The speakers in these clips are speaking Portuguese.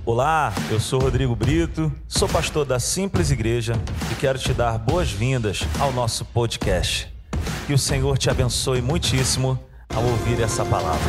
Olá, eu sou Rodrigo Brito, sou pastor da Simples Igreja e quero te dar boas-vindas ao nosso podcast. Que o Senhor te abençoe muitíssimo ao ouvir essa palavra.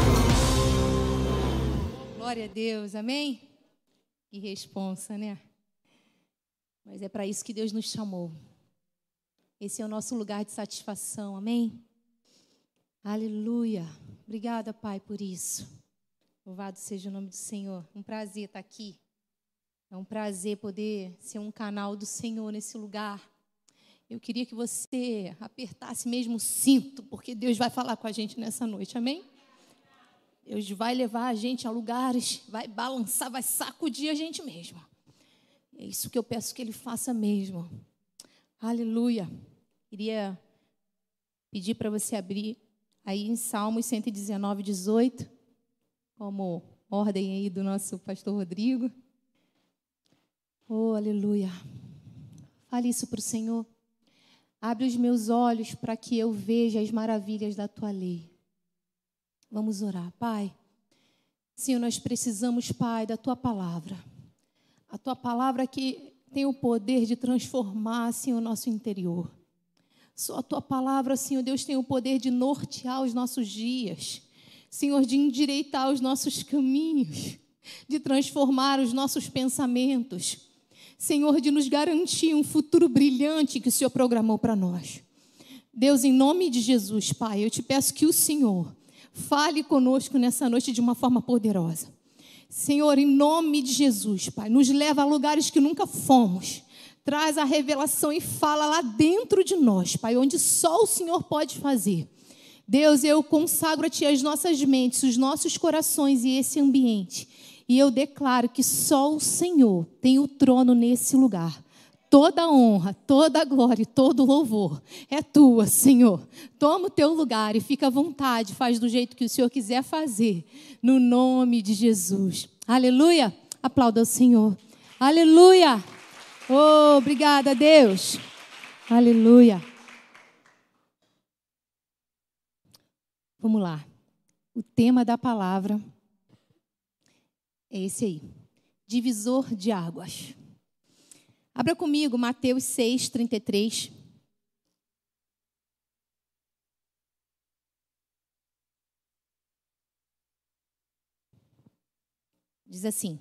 Glória a Deus, amém? Que responsa, né? Mas é para isso que Deus nos chamou. Esse é o nosso lugar de satisfação, amém? Aleluia. Obrigada, Pai, por isso. Louvado seja o nome do Senhor. Um prazer estar aqui. É um prazer poder ser um canal do Senhor nesse lugar. Eu queria que você apertasse mesmo o cinto, porque Deus vai falar com a gente nessa noite, amém? Deus vai levar a gente a lugares, vai balançar, vai sacudir a gente mesmo. É isso que eu peço que Ele faça mesmo. Aleluia. Queria pedir para você abrir aí em Salmos 119, 18, como ordem aí do nosso pastor Rodrigo. Oh, aleluia. Fale isso para o Senhor. Abre os meus olhos para que eu veja as maravilhas da Tua lei. Vamos orar, Pai. Senhor, nós precisamos, Pai, da Tua palavra. A Tua palavra que tem o poder de transformar, Senhor, o nosso interior. Só a Tua palavra, Senhor Deus, tem o poder de nortear os nossos dias. Senhor, de endireitar os nossos caminhos, de transformar os nossos pensamentos. Senhor, de nos garantir um futuro brilhante que o Senhor programou para nós. Deus, em nome de Jesus, Pai, eu te peço que o Senhor fale conosco nessa noite de uma forma poderosa. Senhor, em nome de Jesus, Pai, nos leva a lugares que nunca fomos. Traz a revelação e fala lá dentro de nós, Pai, onde só o Senhor pode fazer. Deus, eu consagro a Ti as nossas mentes, os nossos corações e esse ambiente. E eu declaro que só o Senhor tem o trono nesse lugar. Toda honra, toda glória e todo louvor é Tua, Senhor. Toma o Teu lugar e fica à vontade, faz do jeito que o Senhor quiser fazer, no nome de Jesus. Aleluia. Aplauda o Senhor. Aleluia. Oh, obrigada, Deus. Aleluia. Vamos lá. O tema da palavra é esse aí. Divisor de águas. Abra comigo Mateus 6, 33. Diz assim: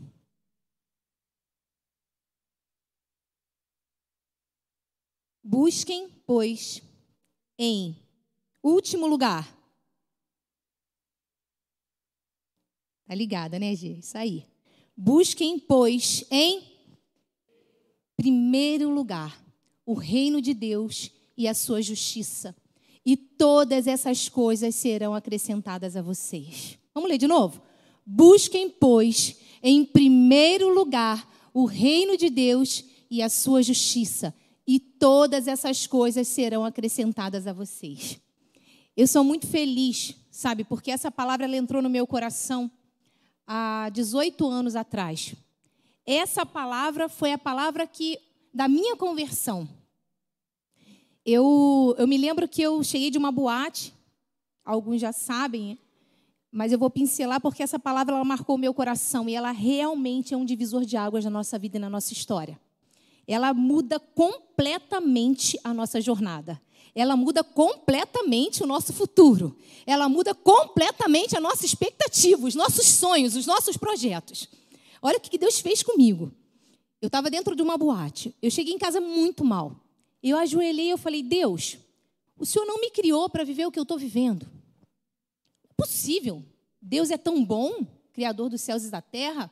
busquem, pois, em último lugar. Tá ligada, né, Gê? Isso aí. Busquem, pois, em primeiro lugar o reino de Deus e a sua justiça. E todas essas coisas serão acrescentadas a vocês. Vamos ler de novo? Busquem, pois, em primeiro lugar o reino de Deus e a sua justiça. E todas essas coisas serão acrescentadas a vocês. Eu sou muito feliz, sabe? Porque essa palavra ela entrou no meu coração há 18 anos atrás. Essa palavra foi a palavra da minha conversão. Eu me lembro que eu cheguei de uma boate, alguns já sabem, mas eu vou pincelar porque essa palavra ela marcou o meu coração e ela realmente é um divisor de águas na nossa vida e na nossa história. Ela muda completamente a nossa jornada. Ela muda completamente o nosso futuro. Ela muda completamente a nossa expectativa, os nossos sonhos, os nossos projetos. Olha o que Deus fez comigo. Eu estava dentro de uma boate. Eu cheguei em casa muito mal. Eu ajoelhei e eu falei, Deus, o Senhor não me criou para viver o que eu estou vivendo. Não é possível. Deus é tão bom, Criador dos céus e da terra.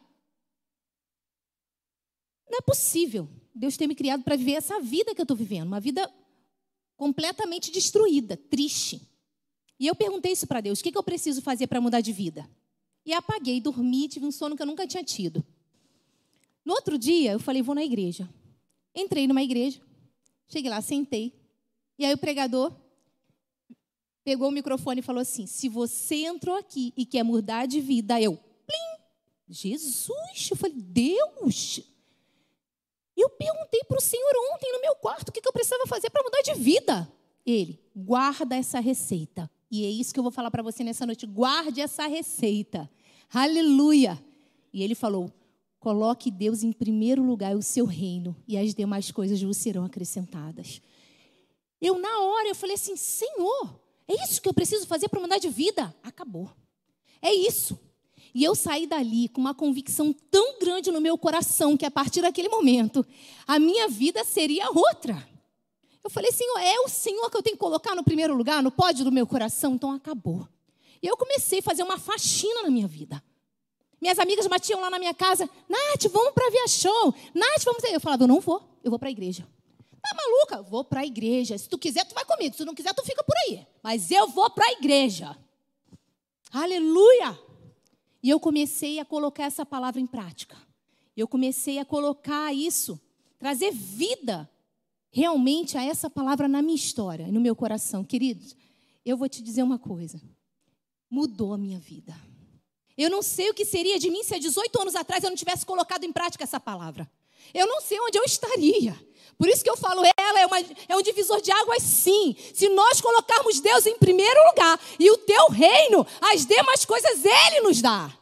Não é possível Deus ter me criado para viver essa vida que eu estou vivendo. Uma vida completamente destruída, triste. E eu perguntei isso para Deus, o que eu preciso fazer para mudar de vida? E apaguei, dormi, tive um sono que eu nunca tinha tido. No outro dia, eu falei, vou na igreja. Entrei numa igreja, cheguei lá, sentei. E aí o pregador pegou o microfone e falou assim, se você entrou aqui e quer mudar de vida, eu, plim, Jesus, eu falei, Deus. E eu perguntei para o Senhor ontem no meu quarto o que eu precisava fazer para mudar de vida. Ele, guarda essa receita. E é isso que eu vou falar para você nessa noite. Guarde essa receita. Aleluia. E ele falou, Coloque Deus em primeiro lugar, o seu reino, e as demais coisas vos serão acrescentadas. Na hora, eu falei assim, Senhor, é isso que eu preciso fazer para mudar de vida? Acabou. É isso. E eu saí dali com uma convicção tão grande no meu coração, que a partir daquele momento, a minha vida seria outra. Eu falei, Senhor, é o Senhor que eu tenho que colocar no primeiro lugar, no pódio do meu coração? Então acabou. E eu comecei a fazer uma faxina na minha vida. Minhas amigas batiam lá na minha casa, Nath, vamos para Via Show. Nath, vamos... Eu falava, eu não vou, eu vou para a igreja. Tá maluca? Vou para a igreja. Se tu quiser, tu vai comigo. Se tu não quiser, tu fica por aí. Mas eu vou para a igreja. Aleluia! E eu comecei a colocar essa palavra em prática. Eu comecei a colocar isso, trazer vida realmente a essa palavra na minha história, no meu coração. Queridos, eu vou te dizer uma coisa. Mudou a minha vida. Eu não sei o que seria de mim se há 18 anos atrás eu não tivesse colocado em prática essa palavra. Eu não sei onde eu estaria. Por isso que eu falo, ela é um divisor de águas, sim. Se nós colocarmos Deus em primeiro lugar e o teu reino, as demais coisas Ele nos dá.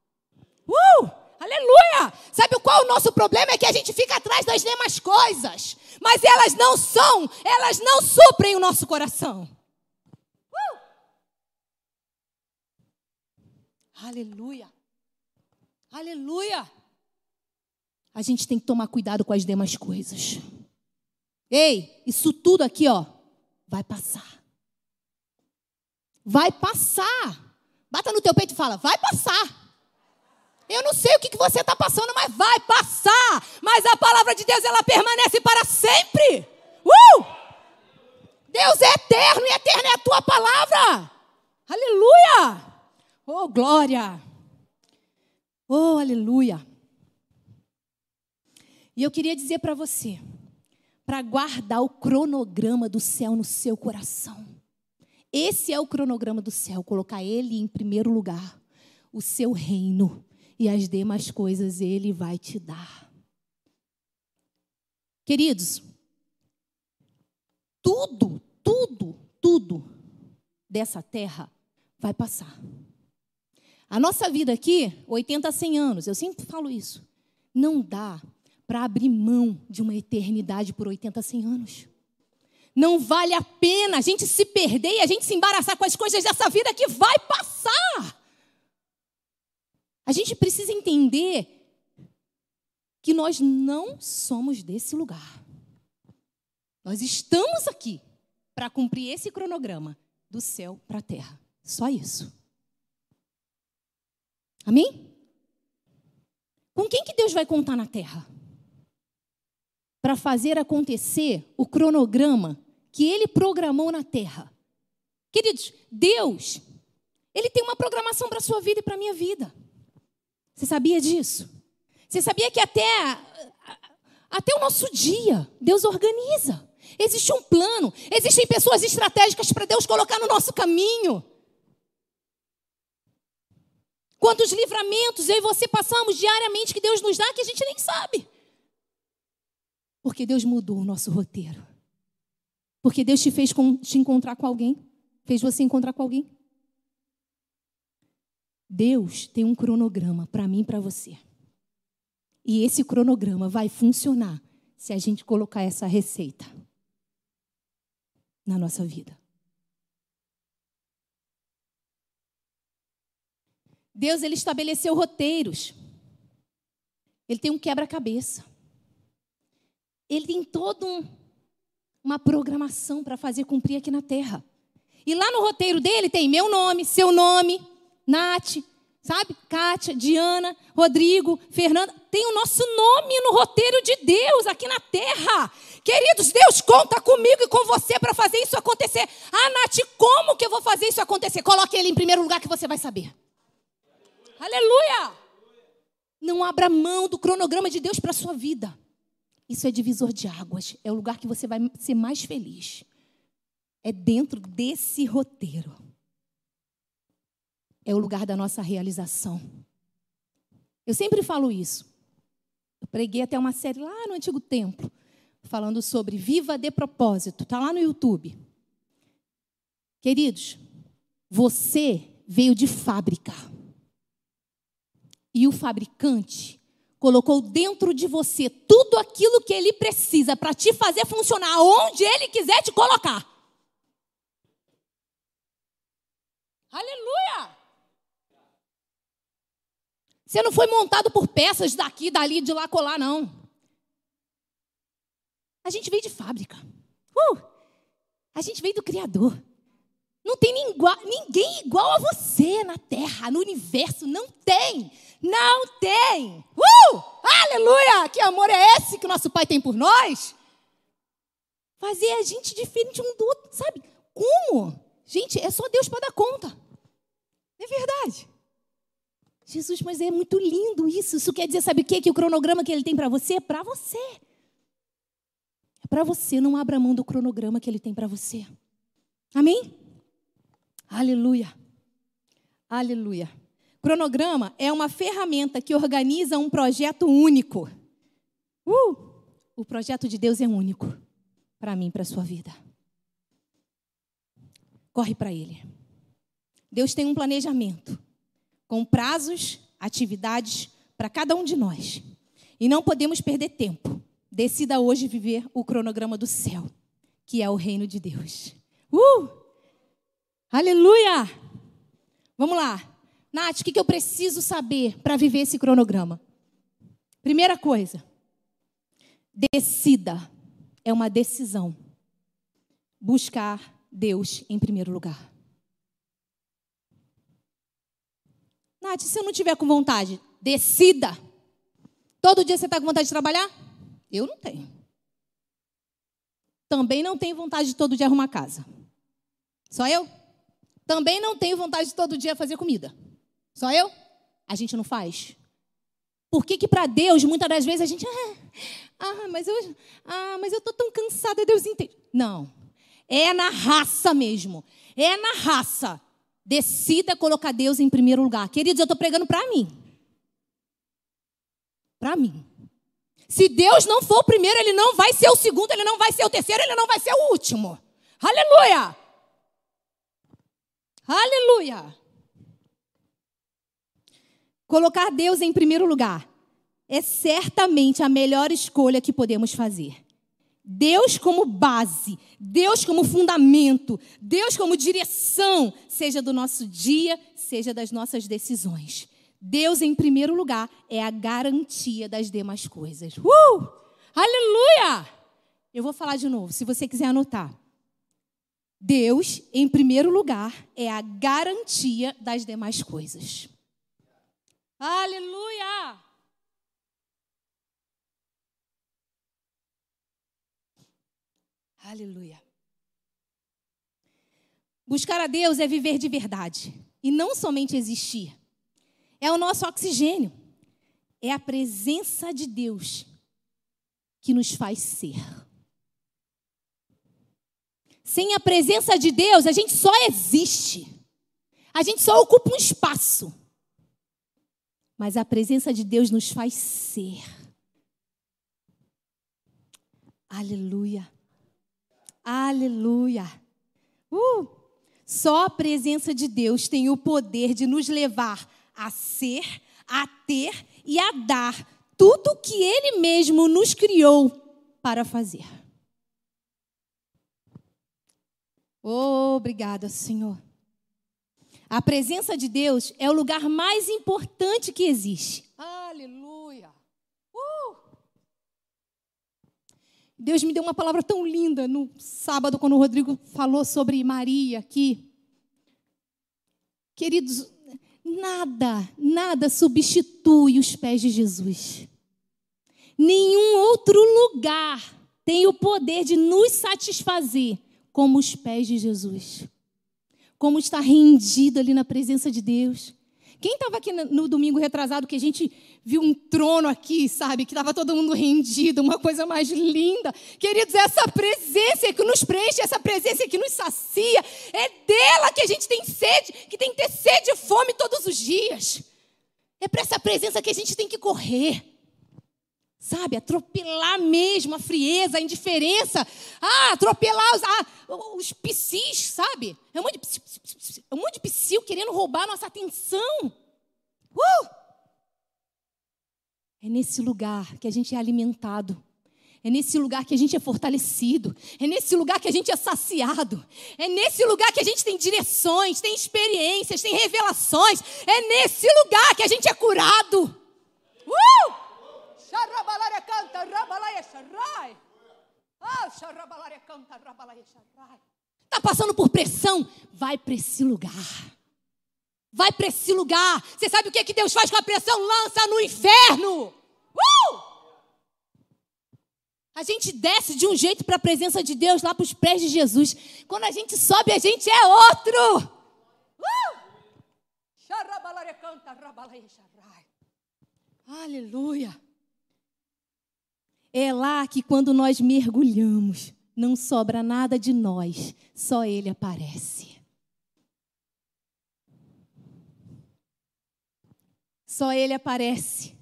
Aleluia! Sabe qual é o nosso problema? É que a gente fica atrás das demais coisas. Mas elas não suprem o nosso coração. Aleluia! Aleluia! A gente tem que tomar cuidado com as demais coisas. Ei, isso tudo aqui, ó, vai passar. Vai passar. Bata no teu peito e fala, vai passar. Eu não sei o que você está passando, mas vai passar. Mas a palavra de Deus, ela permanece para sempre. Deus é eterno e eterna é a tua palavra. Aleluia. Oh, glória. Oh, aleluia. E eu queria dizer para você, para guardar o cronograma do céu no seu coração. Esse é o cronograma do céu, colocar Ele em primeiro lugar, o seu reino, e as demais coisas Ele vai te dar. Queridos, tudo dessa terra vai passar. A nossa vida aqui, 80 a 100 anos, eu sempre falo isso, não dá para abrir mão de uma eternidade por 80 a 100 anos. Não vale a pena a gente se perder e a gente se embaraçar com as coisas dessa vida que vai passar. A gente precisa entender que nós não somos desse lugar. Nós estamos aqui para cumprir esse cronograma do céu para a terra. Só isso. Amém? Com quem que Deus vai contar na terra? Para fazer acontecer o cronograma que Ele programou na terra. Queridos, Deus, Ele tem uma programação para a sua vida e para a minha vida. Você sabia disso? Você sabia que até o nosso dia, Deus organiza. Existe um plano, existem pessoas estratégicas para Deus colocar no nosso caminho. Quantos livramentos eu e você passamos diariamente que Deus nos dá que a gente nem sabe. Porque Deus mudou o nosso roteiro. Porque Deus te fez te encontrar com alguém. Fez você encontrar com alguém. Deus tem um cronograma para mim e para você. E esse cronograma vai funcionar se a gente colocar essa receita na nossa vida. Deus, Ele estabeleceu roteiros. Ele tem um quebra-cabeça. Ele tem toda uma programação para fazer cumprir aqui na terra. E lá no roteiro dele tem meu nome, seu nome, Nath, sabe? Kátia, Diana, Rodrigo, Fernanda. Tem o nosso nome no roteiro de Deus aqui na terra. Queridos, Deus conta comigo e com você para fazer isso acontecer. Ah, Nath, como que eu vou fazer isso acontecer? Coloque Ele em primeiro lugar que você vai saber. Aleluia! Não abra mão do cronograma de Deus para a sua vida. Isso é divisor de águas. É o lugar que você vai ser mais feliz. É dentro desse roteiro. É o lugar da nossa realização. Eu sempre falo isso. Eu preguei até uma série lá no Antigo Templo, falando sobre Viva de Propósito. Está lá no YouTube. Queridos, você veio de fábrica. E o fabricante colocou dentro de você tudo aquilo que Ele precisa para te fazer funcionar onde Ele quiser te colocar. Aleluia! Você não foi montado por peças daqui, dali, de lá, colar, não. A gente veio de fábrica. A gente veio do Criador. Não tem ninguém igual a você na terra, no universo. Não tem. Não tem. Aleluia! Que amor é esse que o nosso Pai tem por nós? Fazer a gente diferente um do outro. Sabe como? Gente, é só Deus para dar conta. É verdade. Jesus, mas é muito lindo isso. Isso quer dizer, sabe o quê? Que o cronograma que Ele tem para você é para você. É para você. Não abra mão do cronograma que Ele tem para você. Amém? Aleluia. Aleluia. Cronograma é uma ferramenta que organiza um projeto único. O projeto de Deus é único. Para mim, para a sua vida. Corre para Ele. Deus tem um planejamento. Com prazos, atividades para cada um de nós. E não podemos perder tempo. Decida hoje viver o cronograma do céu. Que é o reino de Deus. Aleluia! Vamos lá. Nath, o que eu preciso saber para viver esse cronograma? Primeira coisa. Decida. É uma decisão. Buscar Deus em primeiro lugar. Nath, se eu não tiver com vontade, decida. Todo dia você está com vontade de trabalhar? Eu não tenho. Também não tenho vontade de todo dia arrumar casa. Só eu? Também não tenho vontade de todo dia fazer comida. Só eu? A gente não faz. Por que para Deus, muitas das vezes, a gente... mas eu estou tão cansada, Deus entende. Não. É na raça mesmo. É na raça. Decida colocar Deus em primeiro lugar. Queridos, eu estou pregando para mim. Para mim. Se Deus não for o primeiro, Ele não vai ser o segundo, Ele não vai ser o terceiro, Ele não vai ser o último. Aleluia! Aleluia! Colocar Deus em primeiro lugar é certamente a melhor escolha que podemos fazer. Deus como base, Deus como fundamento, Deus como direção, seja do nosso dia, seja das nossas decisões. Deus em primeiro lugar é a garantia das demais coisas. Aleluia! Eu vou falar de novo, se você quiser anotar. Deus em primeiro lugar é a garantia das demais coisas. Aleluia! Aleluia. Buscar a Deus é viver de verdade. E não somente existir. É o nosso oxigênio. É a presença de Deus que nos faz ser. Sem a presença de Deus, a gente só existe. A gente só ocupa um espaço. Mas a presença de Deus nos faz ser. Aleluia. Aleluia. Só a presença de Deus tem o poder de nos levar a ser, a ter e a dar tudo o que Ele mesmo nos criou para fazer. Obrigada, Senhor. A presença de Deus é o lugar mais importante que existe. Aleluia. Deus me deu uma palavra tão linda no sábado, quando o Rodrigo falou sobre Maria aqui. Queridos, nada substitui os pés de Jesus. Nenhum outro lugar tem o poder de nos satisfazer como os pés de Jesus. Como estar rendido ali na presença de Deus. Quem estava aqui no domingo retrasado, que a gente viu um trono aqui, sabe? Que estava todo mundo rendido, uma coisa mais linda. Queridos, essa presença que nos preenche, essa presença que nos sacia, é dela que a gente tem sede, que tem que ter sede e fome todos os dias. É para essa presença que a gente tem que correr. Sabe, atropelar mesmo a frieza, a indiferença. Atropelar os psis, sabe? É um monte de psil querendo roubar a nossa atenção. É nesse lugar que a gente é alimentado. É nesse lugar que a gente é fortalecido. É nesse lugar que a gente é saciado. É nesse lugar que a gente tem direções, tem experiências, tem revelações. É nesse lugar que a gente é curado. Está passando por pressão? Vai para esse lugar. Vai para esse lugar. Você sabe o que Deus faz com a pressão? Lança no inferno. A gente desce de um jeito para a presença de Deus, lá para os pés de Jesus. Quando a gente sobe, a gente é outro. Aleluia. É lá que quando nós mergulhamos, não sobra nada de nós, só Ele aparece. Só Ele aparece.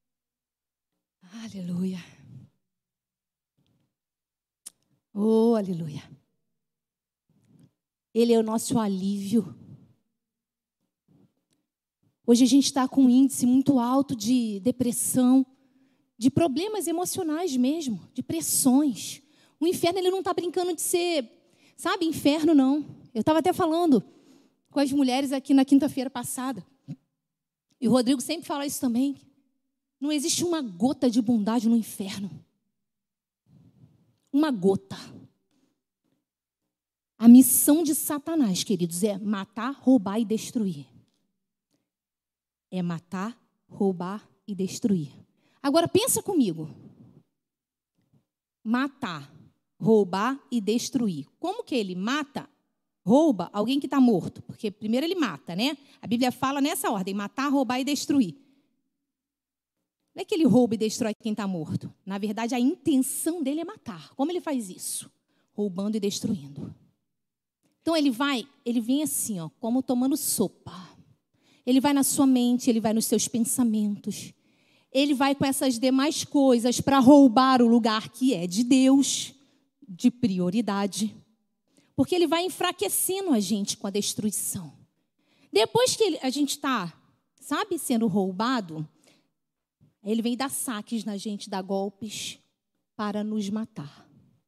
Aleluia. Oh, aleluia. Ele é o nosso alívio. Hoje a gente está com um índice muito alto de depressão, de problemas emocionais mesmo, de pressões. O inferno, ele não está brincando de ser, sabe, inferno não. Eu estava até falando com as mulheres aqui na quinta-feira passada. E o Rodrigo sempre fala isso também. Não existe uma gota de bondade no inferno. Uma gota. A missão de Satanás, queridos, é matar, roubar e destruir. É matar, roubar e destruir. Agora pensa comigo. Matar, roubar e destruir. Como que ele mata, rouba alguém que está morto? Porque primeiro ele mata, né? A Bíblia fala nessa ordem, matar, roubar e destruir. Não é que ele rouba e destrói quem está morto. Na verdade, a intenção dele é matar. Como ele faz isso? Roubando e destruindo. Então ele vem assim, ó, como tomando sopa. Ele vai na sua mente, ele vai nos seus pensamentos. Ele vai com essas demais coisas para roubar o lugar que é de Deus, de prioridade. Porque ele vai enfraquecendo a gente com a destruição. Depois que a gente está, sabe, sendo roubado, ele vem dar saques na gente, dar golpes para nos matar.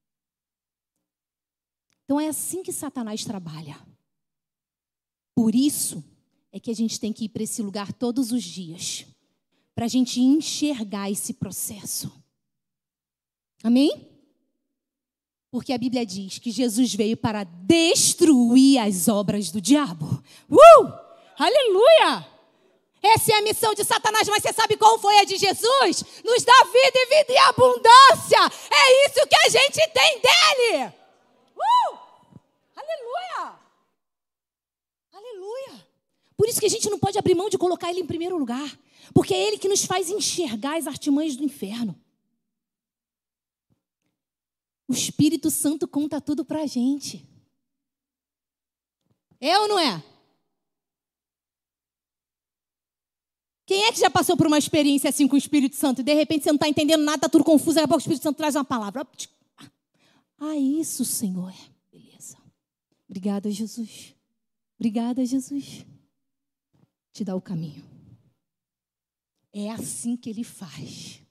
Então é assim que Satanás trabalha. Por isso é que a gente tem que ir para esse lugar todos os dias, para a gente enxergar esse processo. Amém? Porque a Bíblia diz que Jesus veio para destruir as obras do diabo. Aleluia! Essa é a missão de Satanás, mas você sabe qual foi a de Jesus? Nos dá vida e vida em abundância. É isso que a gente tem dele. Aleluia! Aleluia! Por isso que a gente não pode abrir mão de colocar ele em primeiro lugar. Porque é ele que nos faz enxergar as artimanhas do inferno. O Espírito Santo conta tudo pra gente. É ou não é? Quem é que já passou por uma experiência assim com o Espírito Santo e de repente você não está entendendo nada, está tudo confuso, daqui a pouco o Espírito Santo traz uma palavra. Isso, Senhor. Beleza. Obrigada, Jesus. Obrigada, Jesus. Te dá o caminho. É assim que ele faz.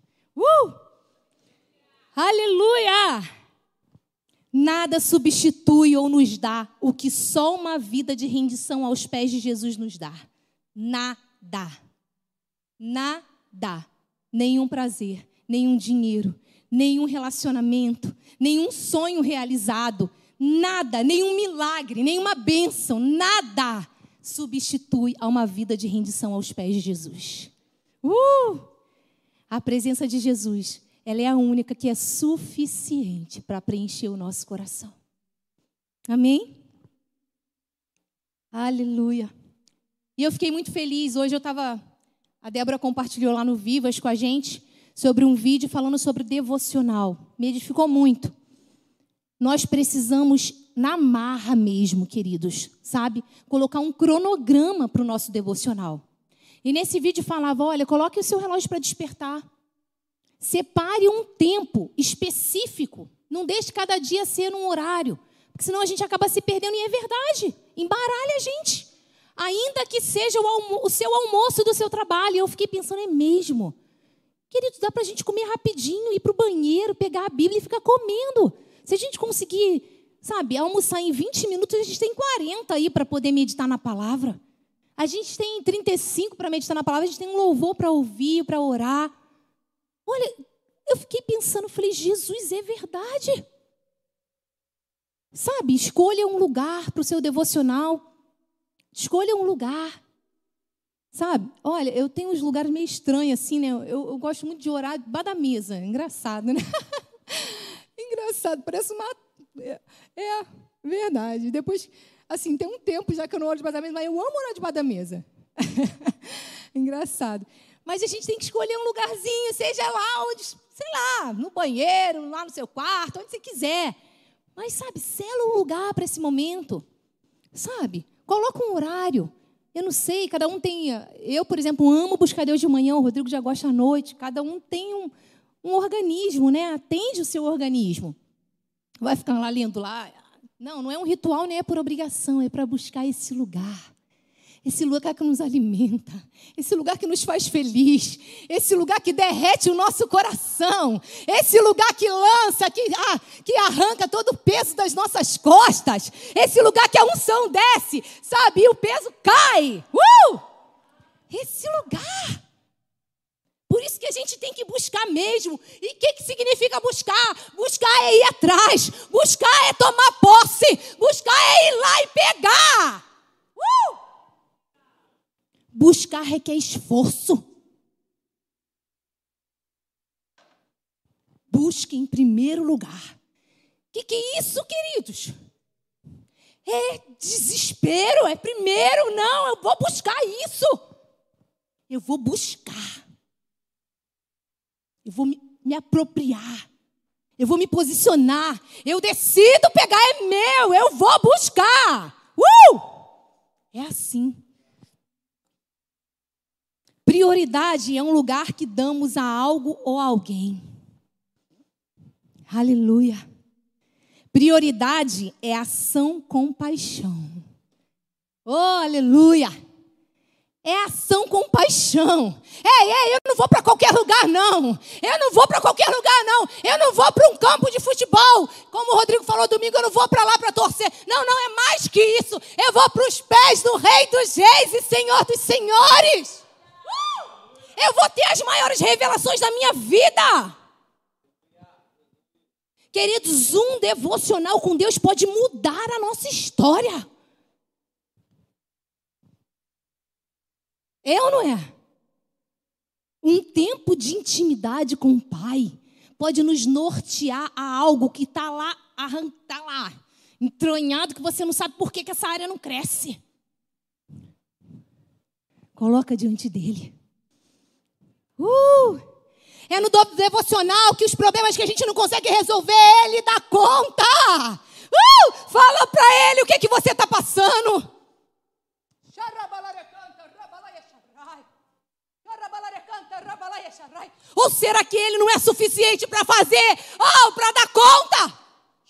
Aleluia! Nada substitui ou nos dá o que só uma vida de rendição aos pés de Jesus nos dá. Nada. Nada. Nenhum prazer, nenhum dinheiro, nenhum relacionamento, nenhum sonho realizado, nada, nenhum milagre, nenhuma bênção, nada substitui a uma vida de rendição aos pés de Jesus. A presença de Jesus, ela é a única que é suficiente para preencher o nosso coração. Amém? Aleluia. E eu fiquei muito feliz. Hoje a Débora compartilhou lá no Vivas com a gente sobre um vídeo falando sobre devocional. Me edificou muito. Nós precisamos, na marra mesmo, queridos, sabe? Colocar um cronograma para o nosso devocional. E nesse vídeo falava, olha, coloque o seu relógio para despertar. Separe um tempo específico. Não deixe cada dia ser um horário. Porque senão a gente acaba se perdendo e é verdade. Embaralha a gente. Ainda que seja o seu almoço do seu trabalho. Eu fiquei pensando, é mesmo. Queridos, dá para a gente comer rapidinho, ir para o banheiro, pegar a Bíblia e ficar comendo. Se a gente conseguir, sabe, almoçar em 20 minutos, a gente tem 40 aí para poder meditar na palavra. A gente tem 35 para meditar na palavra, a gente tem um louvor para ouvir, para orar. Olha, eu fiquei pensando, falei, Jesus, é verdade. Sabe, escolha um lugar para o seu devocional. Escolha um lugar. Sabe, olha, eu tenho uns lugares meio estranhos assim, né? Eu gosto muito de orar debaixo da mesa. Engraçado, né? Engraçado, parece uma... É verdade. Depois, assim, tem um tempo já que eu não oro debaixo da mesa, mas eu amo orar debaixo da mesa. Engraçado. Mas a gente tem que escolher um lugarzinho, seja lá onde, sei lá, no banheiro, lá no seu quarto, onde você quiser. Mas, sabe, sela um lugar para esse momento. Sabe? Coloca um horário. Eu não sei, cada um tem... Eu, por exemplo, amo buscar Deus de manhã, o Rodrigo já gosta à noite. Cada um tem um organismo, né? Atende o seu organismo. Vai ficar lá lendo lá. Não é um ritual, nem é por obrigação, é para buscar esse lugar. Esse lugar que nos alimenta, esse lugar que nos faz feliz, esse lugar que derrete o nosso coração, esse lugar que lança, que arranca todo o peso das nossas costas, esse lugar que a unção desce, sabe, e o peso cai. Esse lugar. Por isso que a gente tem que buscar mesmo. E o que significa buscar? Buscar é ir atrás, buscar é tomar posse, buscar é ir lá e pegar. Buscar requer esforço. Busque em primeiro lugar. O que é isso, queridos? É desespero, é primeiro, não, eu vou buscar isso. Eu vou buscar. Eu vou me apropriar. Eu vou me posicionar. Eu decido pegar, é meu, eu vou buscar. É assim. Prioridade é um lugar que damos a algo ou a alguém. Aleluia. Prioridade é ação com paixão. Aleluia. É ação com paixão. Eu não vou para qualquer lugar, não. Eu não vou para qualquer lugar, não. Eu não vou para um campo de futebol. Como o Rodrigo falou domingo, eu não vou para lá para torcer. Não, é mais que isso. Eu vou para os pés do Rei dos Reis e Senhor dos Senhores. Eu vou ter as maiores revelações da minha vida. Queridos, um devocional com Deus pode mudar a nossa história. É ou não é? Um tempo de intimidade com o Pai pode nos nortear a algo que está lá, entranhado, que você não sabe por que essa área não cresce. Coloca diante dele. É no devocional que os problemas que a gente não consegue resolver, ele dá conta. Fala para ele o que você está passando. Ou será que ele não é suficiente para fazer? Para dar conta?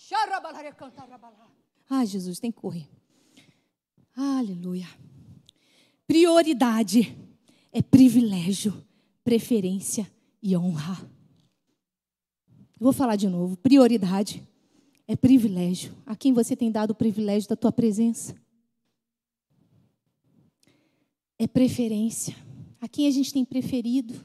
Jesus, tem que correr. Aleluia. Prioridade é privilégio, preferência e honra. Eu vou falar de novo. Prioridade é privilégio. A quem você tem dado o privilégio da tua presença? É preferência. A quem a gente tem preferido?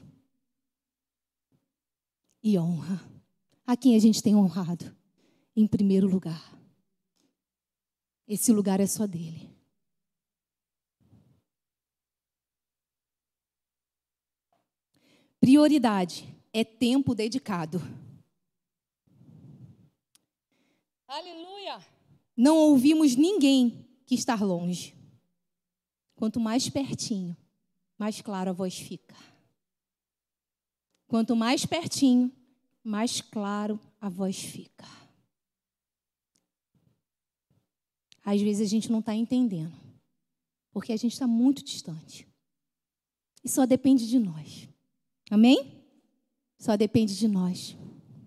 E honra. A quem a gente tem honrado? Em primeiro lugar. Esse lugar é só dele. Prioridade é tempo dedicado. Aleluia! Não ouvimos ninguém que está longe. Quanto mais pertinho, mais claro a voz fica. Quanto mais pertinho, mais claro a voz fica. Às vezes a gente não está entendendo, porque a gente está muito distante. E só depende de nós. Amém? Só depende de nós.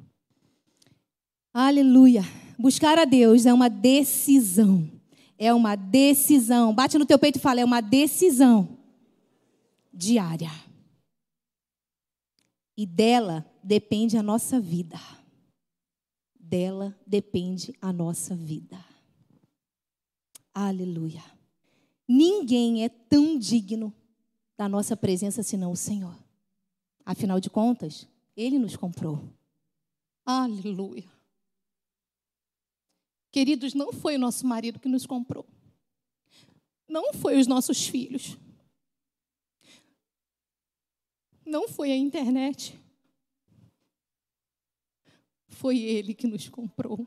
Aleluia. Buscar a Deus é uma decisão. É uma decisão. Bate no teu peito e fala, é uma decisão diária. E dela depende a nossa vida. Dela depende a nossa vida. Aleluia. Ninguém é tão digno da nossa presença senão o Senhor. Afinal de contas, Ele nos comprou. Aleluia. Queridos, não foi o nosso marido que nos comprou. Não foi os nossos filhos. Não foi a internet. Foi Ele que nos comprou.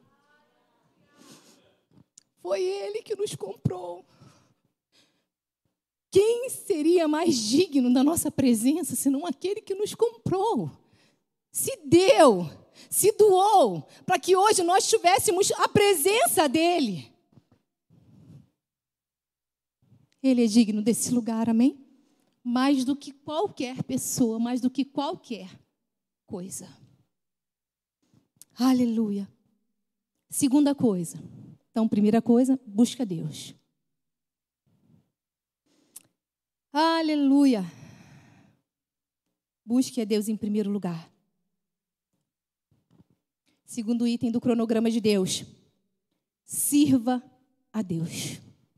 Foi Ele que nos comprou. Quem seria mais digno da nossa presença senão aquele que nos comprou? Se deu, se doou, para que hoje nós tivéssemos a presença dEle. Ele é digno desse lugar, amém? Mais do que qualquer pessoa, mais do que qualquer coisa. Aleluia. Segunda coisa. Então, primeira coisa, busca Deus. Aleluia. Busque a Deus em primeiro lugar. Segundo item do cronograma de Deus. Sirva a Deus.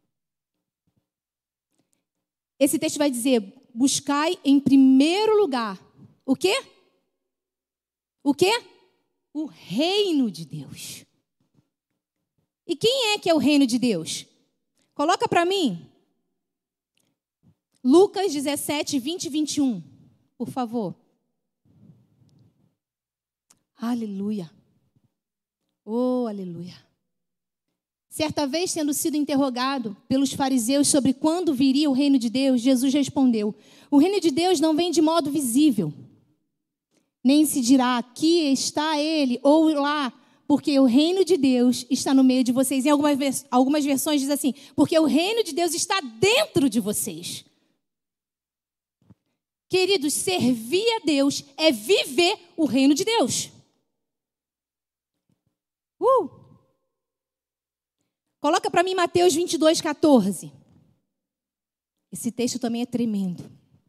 Esse texto vai dizer, buscai em primeiro lugar. O quê? O quê? O reino de Deus. E quem é que é o reino de Deus? Coloca para mim. Lucas 17, 20 e 21. Por favor. Aleluia. Oh, aleluia. Certa vez, tendo sido interrogado pelos fariseus sobre quando viria o reino de Deus, Jesus respondeu: o reino de Deus não vem de modo visível. Nem se dirá, aqui está ele ou lá, porque o reino de Deus está no meio de vocês. Em algumas versões diz assim, porque o reino de Deus está dentro de vocês. Queridos, servir a Deus é viver o reino de Deus. Coloca para mim Mateus 22, 14. Esse texto também é tremendo.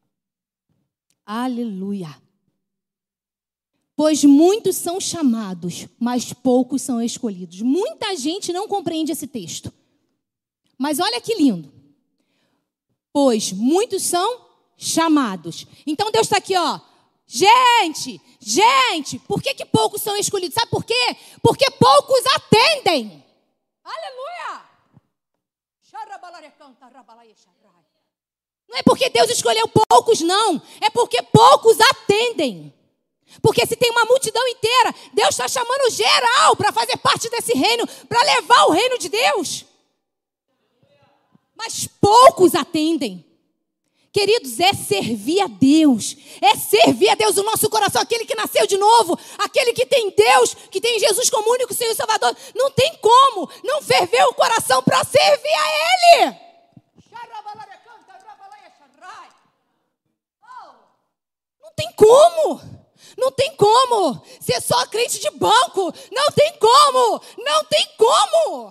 Aleluia. Pois muitos são chamados, mas poucos são escolhidos. Muita gente não compreende esse texto. Mas olha que lindo. Pois muitos são chamados. Então Deus está aqui, ó. Gente, por que poucos são escolhidos? Sabe por quê? Porque poucos atendem. Aleluia! Não é porque Deus escolheu poucos, não. É porque poucos atendem. Porque se tem uma multidão inteira, Deus está chamando geral para fazer parte desse reino, para levar o reino de Deus. Mas poucos atendem. Queridos, é servir a Deus. É servir a Deus o nosso coração. Aquele que nasceu de novo. Aquele que tem Deus, que tem Jesus como único Senhor e Salvador. Não tem como não ferver o coração para servir a Ele. Não tem como. Não tem como. Ser só crente de banco. Não tem como. Não tem como.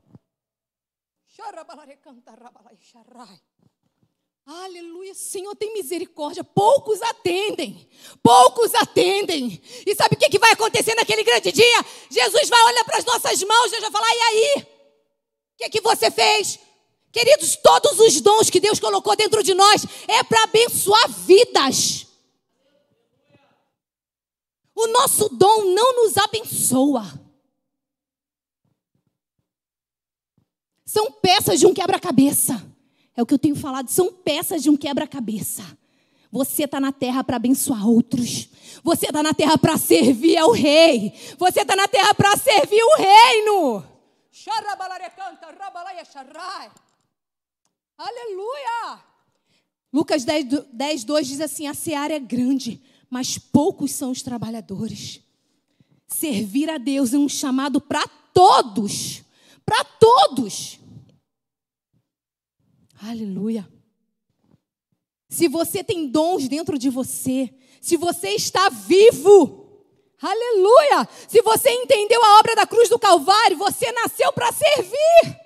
Aleluia, Senhor, tem misericórdia. Poucos atendem. Poucos atendem. E sabe o que vai acontecer naquele grande dia? Jesus vai olhar para as nossas mãos e vai falar, e aí? O que você fez? Queridos, todos os dons que Deus colocou dentro de nós é para abençoar vidas. O nosso dom não nos abençoa. São peças de um quebra-cabeça. É o que eu tenho falado, são peças de um quebra-cabeça. Você está na terra para abençoar outros. Você está na terra para servir ao rei. Você está na terra para servir o reino. Aleluia! Lucas 10, 2 diz assim, a seara é grande, mas poucos são os trabalhadores. Servir a Deus é um chamado para todos. Para todos. Aleluia. Se você tem dons dentro de você, se você está vivo, aleluia. Se você entendeu a obra da cruz do Calvário, você nasceu para servir.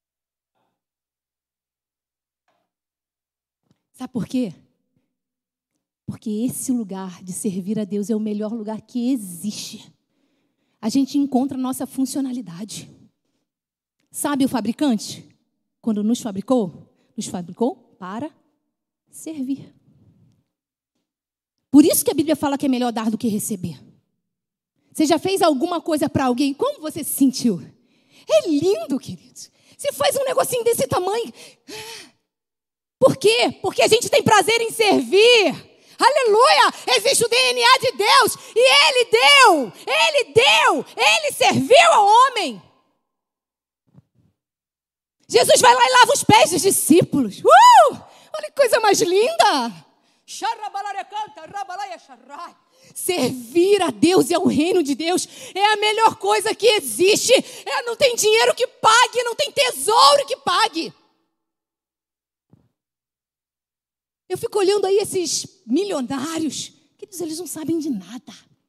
Sabe por quê? Porque esse lugar de servir a Deus é o melhor lugar que existe. A gente encontra a nossa funcionalidade. Sabe o fabricante? Quando nos fabricou para servir. Por isso que a Bíblia fala que é melhor dar do que receber. Você já fez alguma coisa para alguém? Como você se sentiu? É lindo, queridos. Você faz um negocinho desse tamanho. Por quê? Porque a gente tem prazer em servir. Aleluia! Existe o DNA de Deus. E Ele serviu ao homem. Jesus vai lá e lava os pés dos discípulos. Olha que coisa mais linda. Servir a Deus e ao reino de Deus é a melhor coisa que existe. Não tem dinheiro que pague, não tem tesouro que pague. Eu fico olhando aí esses milionários, queridos, eles não sabem de nada.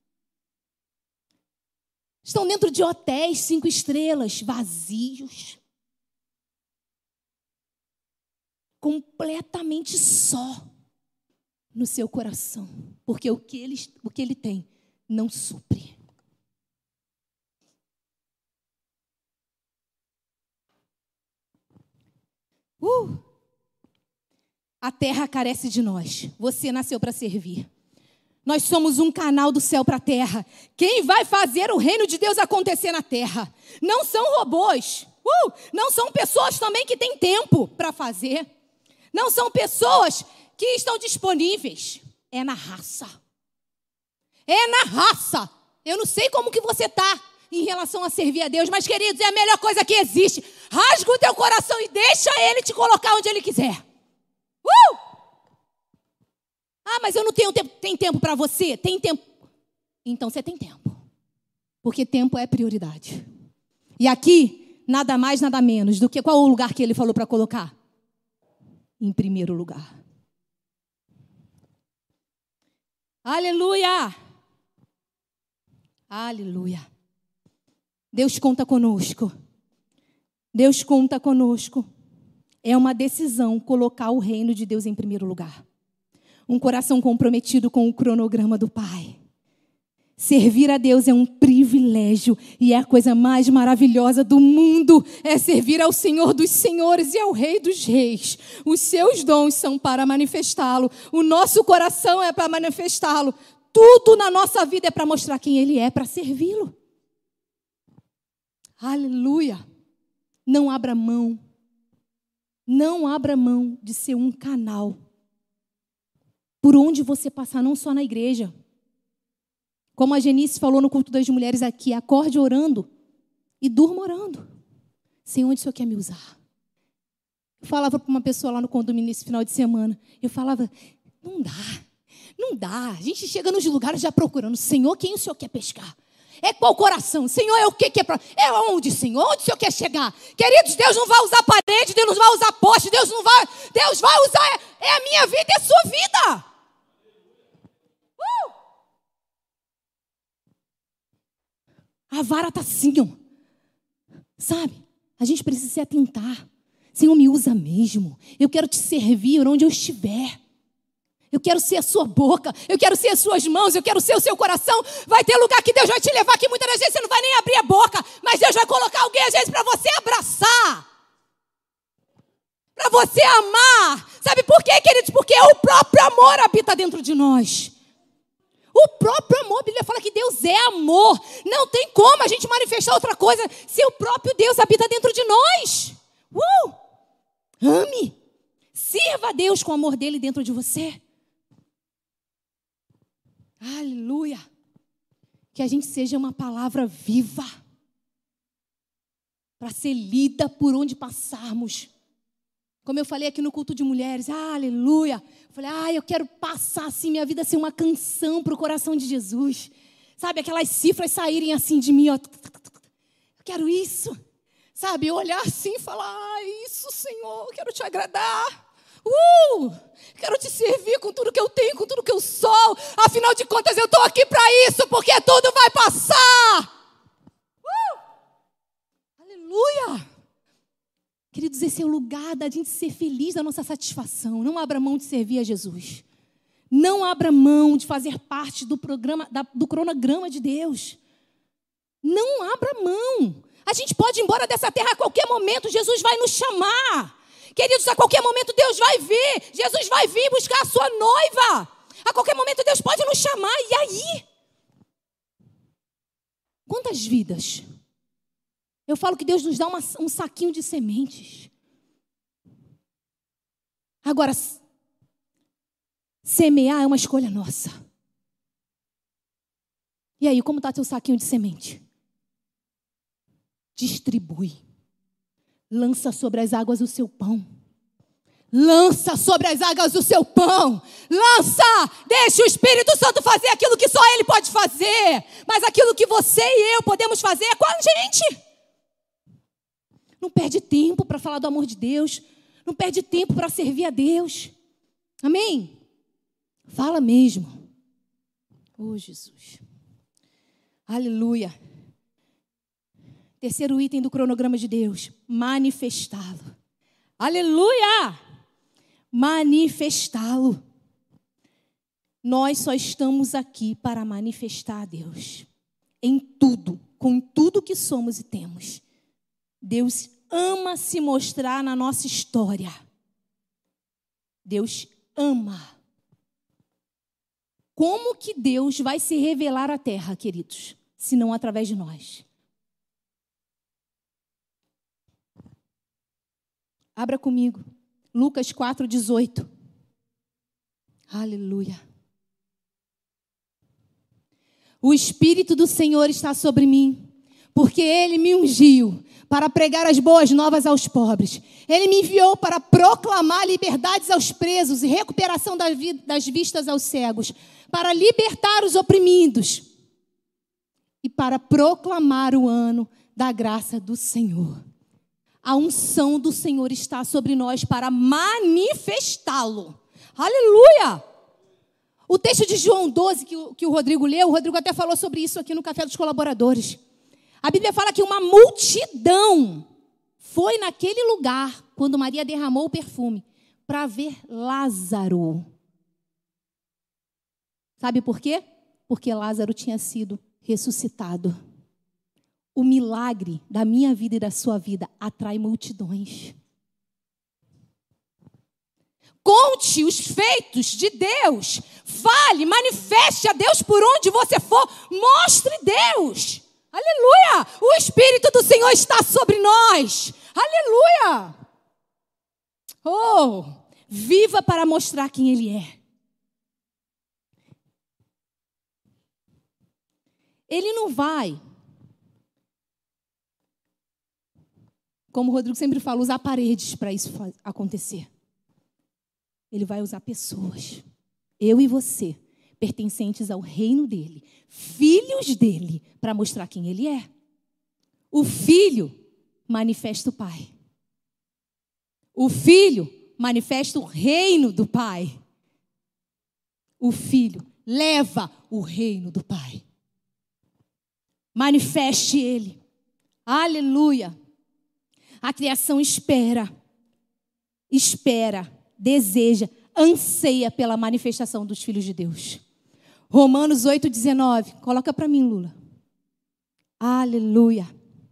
Estão dentro de hotéis 5 estrelas, vazios. Completamente só no seu coração. Porque o que ele tem não supre. A terra carece de nós. Você nasceu para servir. Nós somos um canal do céu para a terra. Quem vai fazer o reino de Deus acontecer na terra? Não são robôs. Não são pessoas também que têm tempo para fazer. Não são pessoas que estão disponíveis. É na raça. É na raça. Eu não sei como que você está em relação a servir a Deus, mas, queridos, é a melhor coisa que existe. Rasga o teu coração e deixa Ele te colocar onde Ele quiser. Mas eu não tenho tempo. Tem tempo para você? Tem tempo. Então você tem tempo. Porque tempo é prioridade. E aqui, nada mais, nada menos do que qual o lugar que Ele falou para colocar? Em primeiro lugar. Aleluia! Aleluia! Deus conta conosco. Deus conta conosco. É uma decisão colocar o reino de Deus em primeiro lugar. Um coração comprometido com o cronograma do Pai. Servir a Deus é um privilégio e é a coisa mais maravilhosa do mundo. É servir ao Senhor dos Senhores e ao Rei dos Reis. Os seus dons são para manifestá-lo. O nosso coração é para manifestá-lo. Tudo na nossa vida é para mostrar quem Ele é, para servi-lo. Aleluia! Não abra mão. Não abra mão de ser um canal. Por onde você passar, não só na igreja. Como a Genice falou no culto das mulheres aqui, acorde orando e durma orando. Senhor, onde o Senhor quer me usar? Eu falava para uma pessoa lá no condomínio nesse final de semana. Eu falava, não dá. A gente chega nos lugares já procurando. Senhor, quem o Senhor quer pescar? É qual coração? Senhor, é o que é para... É onde, Senhor? Onde o Senhor quer chegar? Queridos, Deus não vai usar parede, Deus não vai usar poste, Deus vai usar... É a minha vida e a sua vida. A vara está assim, ó. Sabe? A gente precisa se atentar. Senhor, me usa mesmo. Eu quero te servir onde eu estiver. Eu quero ser a sua boca. Eu quero ser as suas mãos. Eu quero ser o seu coração. Vai ter lugar que Deus vai te levar que muitas das vezes você não vai nem abrir a boca. Mas Deus vai colocar alguém às vezes para você abraçar. Para você amar. Sabe por quê, queridos? Porque o próprio amor habita dentro de nós. O próprio amor, a Bíblia fala que Deus é amor. Não tem como a gente manifestar outra coisa se o próprio Deus habita dentro de nós. Ame. Sirva a Deus com o amor dele dentro de você. Aleluia. Que a gente seja uma palavra viva. Para ser lida por onde passarmos. Como eu falei aqui no culto de mulheres, aleluia. Eu falei, eu quero passar assim, minha vida ser uma canção para o coração de Jesus. Sabe, aquelas cifras saírem assim de mim, ó. Eu quero isso. Sabe, eu olhar assim e falar, isso, Senhor, eu quero te agradar. Quero te servir com tudo que eu tenho, com tudo que eu sou. Afinal de contas, eu estou aqui para isso, porque tudo vai passar. Aleluia. Queridos, esse é o lugar da gente ser feliz da nossa satisfação. Não abra mão de servir a Jesus. Não abra mão de fazer parte do cronograma de Deus. Não abra mão. A gente pode ir embora dessa terra a qualquer momento. Jesus vai nos chamar. Queridos, a qualquer momento Deus vai vir. Jesus vai vir buscar a sua noiva. A qualquer momento Deus pode nos chamar. E aí? Quantas vidas? Eu falo que Deus nos dá um saquinho de sementes. Agora, semear é uma escolha nossa. E aí, como está teu saquinho de semente? Distribui. Lança sobre as águas o seu pão. Lança sobre as águas o seu pão. Lança! Deixa o Espírito Santo fazer aquilo que só Ele pode fazer. Mas aquilo que você e eu podemos fazer é com a gente. Não perde tempo para falar do amor de Deus. Não perde tempo para servir a Deus. Amém? Fala mesmo. Oh, Jesus. Aleluia. Terceiro item do cronograma de Deus. Manifestá-lo. Aleluia! Manifestá-lo. Nós só estamos aqui para manifestar a Deus. Em tudo, com tudo que somos e temos. Deus ama se mostrar na nossa história. Deus ama. Como que Deus vai se revelar à terra, queridos? Se não através de nós. Abra comigo. Lucas 4:18. Aleluia. O Espírito do Senhor está sobre mim, porque Ele me ungiu para pregar as boas novas aos pobres. Ele me enviou para proclamar liberdades aos presos e recuperação das vistas aos cegos, para libertar os oprimidos e para proclamar o ano da graça do Senhor. A unção do Senhor está sobre nós para manifestá-lo. Aleluia! O texto de João 12 que o Rodrigo leu, o Rodrigo até falou sobre isso aqui no Café dos Colaboradores. A Bíblia fala que uma multidão foi naquele lugar, quando Maria derramou o perfume, para ver Lázaro. Sabe por quê? Porque Lázaro tinha sido ressuscitado. O milagre da minha vida e da sua vida atrai multidões. Conte os feitos de Deus. Fale, manifeste a Deus por onde você for. Mostre Deus. Aleluia! O Espírito do Senhor está sobre nós. Aleluia! Oh, viva para mostrar quem Ele é. Ele não vai, como o Rodrigo sempre fala, usar paredes para isso acontecer. Ele vai usar pessoas, eu e você, pertencentes ao reino dele, filhos dele, para mostrar quem ele é. O filho manifesta o Pai. O filho manifesta o reino do Pai. O filho leva o reino do Pai. Manifeste ele. Aleluia. A criação espera, deseja, anseia pela manifestação dos filhos de Deus. Romanos 8:19. Coloca para mim, Lula. Aleluia.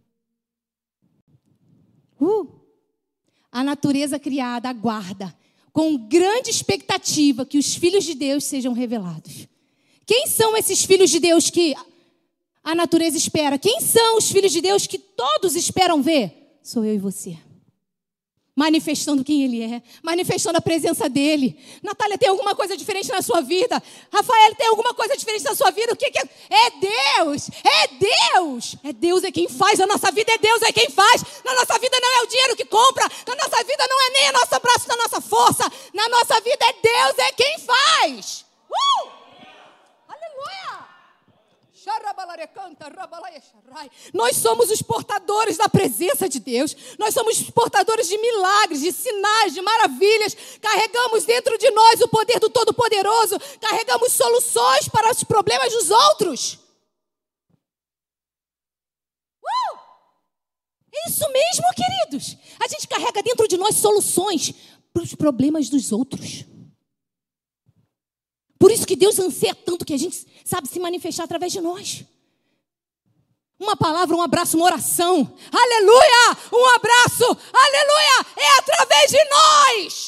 A natureza criada aguarda com grande expectativa que os filhos de Deus sejam revelados. Quem são esses filhos de Deus que a natureza espera? Quem são os filhos de Deus que todos esperam ver? Sou eu e você. Manifestando quem Ele é, manifestando a presença dEle. Natália, tem alguma coisa diferente na sua vida? Rafael, tem alguma coisa diferente na sua vida? O que é? É Deus, é Deus. É Deus é quem faz, a nossa vida é Deus é quem faz. Na nossa vida não é o dinheiro que compra, na nossa vida não é nem a nossa braço, da nossa força. Na nossa vida é Deus é quem faz. Aleluia! Nós somos os portadores da presença de Deus. Nós somos os portadores de milagres, de sinais, de maravilhas. Carregamos dentro de nós o poder do Todo-Poderoso. Carregamos soluções para os problemas dos outros. Isso mesmo, queridos. A gente carrega dentro de nós soluções para os problemas dos outros. isso que Deus anseia tanto que a gente sabe se manifestar através de nós. Uma palavra, um abraço, uma oração. Aleluia! Um abraço, aleluia! É através de nós.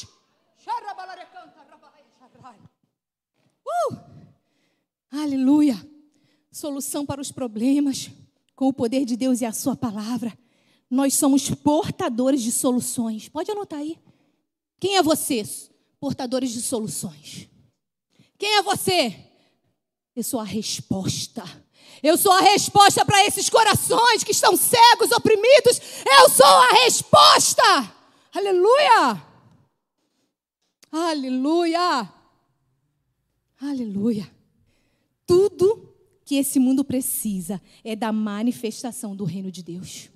Aleluia! Solução para os problemas com o poder de Deus e a sua palavra. Nós somos portadores de soluções. Pode anotar aí. Quem é você? Portadores de soluções. Quem é você? Eu sou a resposta. Eu sou a resposta para esses corações que estão cegos, oprimidos. Eu sou a resposta. Aleluia. Aleluia. Aleluia. Tudo que esse mundo precisa é da manifestação do reino de Deus.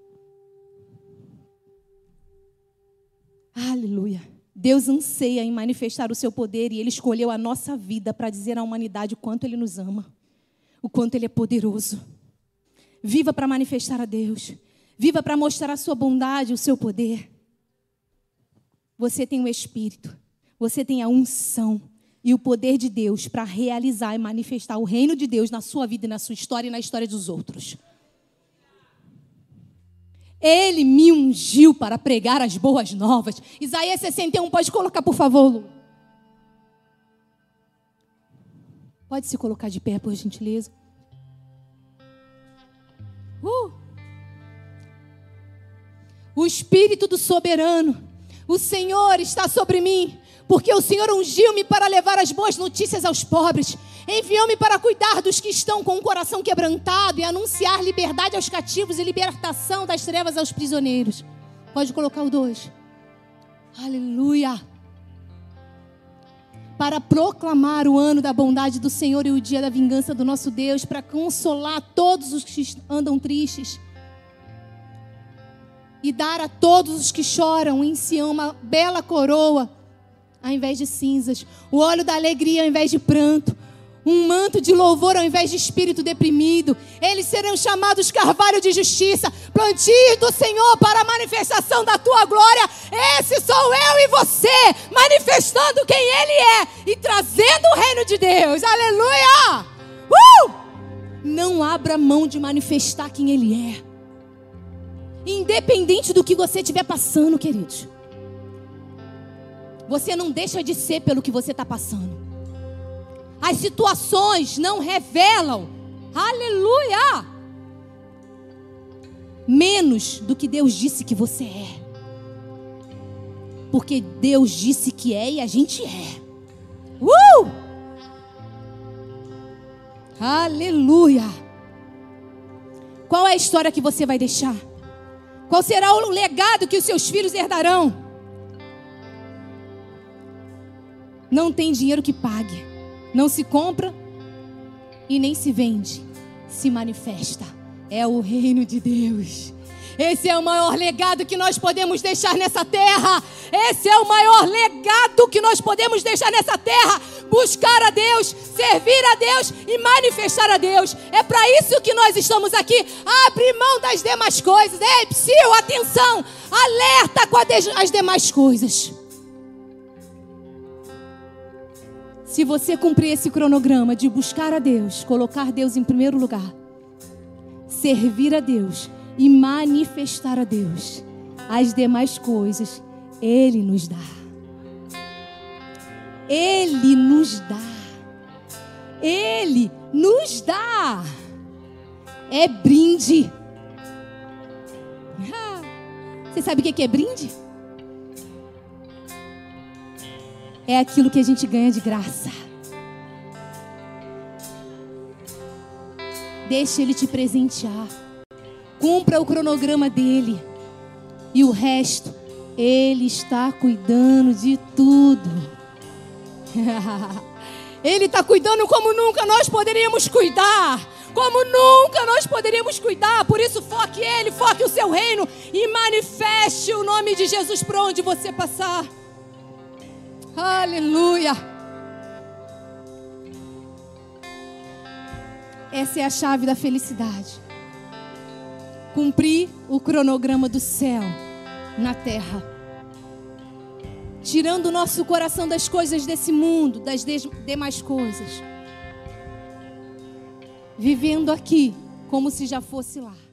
Aleluia. Deus anseia em manifestar o seu poder e Ele escolheu a nossa vida para dizer à humanidade o quanto Ele nos ama, o quanto Ele é poderoso. Viva para manifestar a Deus. Viva para mostrar a sua bondade, o seu poder. Você tem o Espírito, você tem a unção e o poder de Deus para realizar e manifestar o reino de Deus na sua vida, na sua história e na história dos outros. Ele me ungiu para pregar as boas novas. Isaías 61, pode colocar, por favor, Lu. Pode se colocar de pé, por gentileza. O Espírito do Soberano, o Senhor está sobre mim, porque o Senhor ungiu-me para levar as boas notícias aos pobres. Enviou-me para cuidar dos que estão com o coração quebrantado e anunciar liberdade aos cativos e libertação das trevas aos prisioneiros. Pode colocar o 2. Aleluia. Para proclamar o ano da bondade do Senhor e o dia da vingança do nosso Deus, para consolar todos os que andam tristes e dar a todos os que choram em Sião uma bela coroa ao invés de cinzas, o óleo da alegria ao invés de pranto, um manto de louvor ao invés de espírito deprimido. Eles serão chamados carvalho de justiça, plantio do Senhor para a manifestação da tua glória. Esse sou eu e você, manifestando quem Ele é e trazendo o reino de Deus. Aleluia! Não abra mão de manifestar quem Ele é, independente do que você estiver passando, queridos. Você não deixa de ser pelo que você está passando. As situações não revelam, aleluia, menos do que Deus disse que você é. Porque Deus disse que é e a gente é. Aleluia. Qual é a história que você vai deixar? Qual será o legado que os seus filhos herdarão? Não tem dinheiro que pague. Não se compra e nem se vende. Se manifesta. É o reino de Deus. Esse é o maior legado que nós podemos deixar nessa terra. Esse é o maior legado que nós podemos deixar nessa terra. Buscar a Deus, servir a Deus e manifestar a Deus. É para isso que nós estamos aqui. Abre mão das demais coisas. Ei, psiu, atenção. Alerta com as demais coisas. Se você cumprir esse cronograma de buscar a Deus, colocar Deus em primeiro lugar, servir a Deus e manifestar a Deus, as demais coisas Ele nos dá. Ele nos dá. Ele nos dá. É brinde. Você sabe o que é brinde? É aquilo que a gente ganha de graça. Deixa Ele te presentear. Cumpra o cronograma dEle. E o resto, Ele está cuidando de tudo. Ele está cuidando como nunca nós poderíamos cuidar. Como nunca nós poderíamos cuidar. Por isso, foque Ele, foque o seu reino. E manifeste o nome de Jesus por onde você passar. Aleluia. Essa é a chave da felicidade. Cumprir o cronograma do céu na terra. tirando o nosso coração das coisas desse mundo, das demais coisas. Vivendo aqui como se já fosse lá.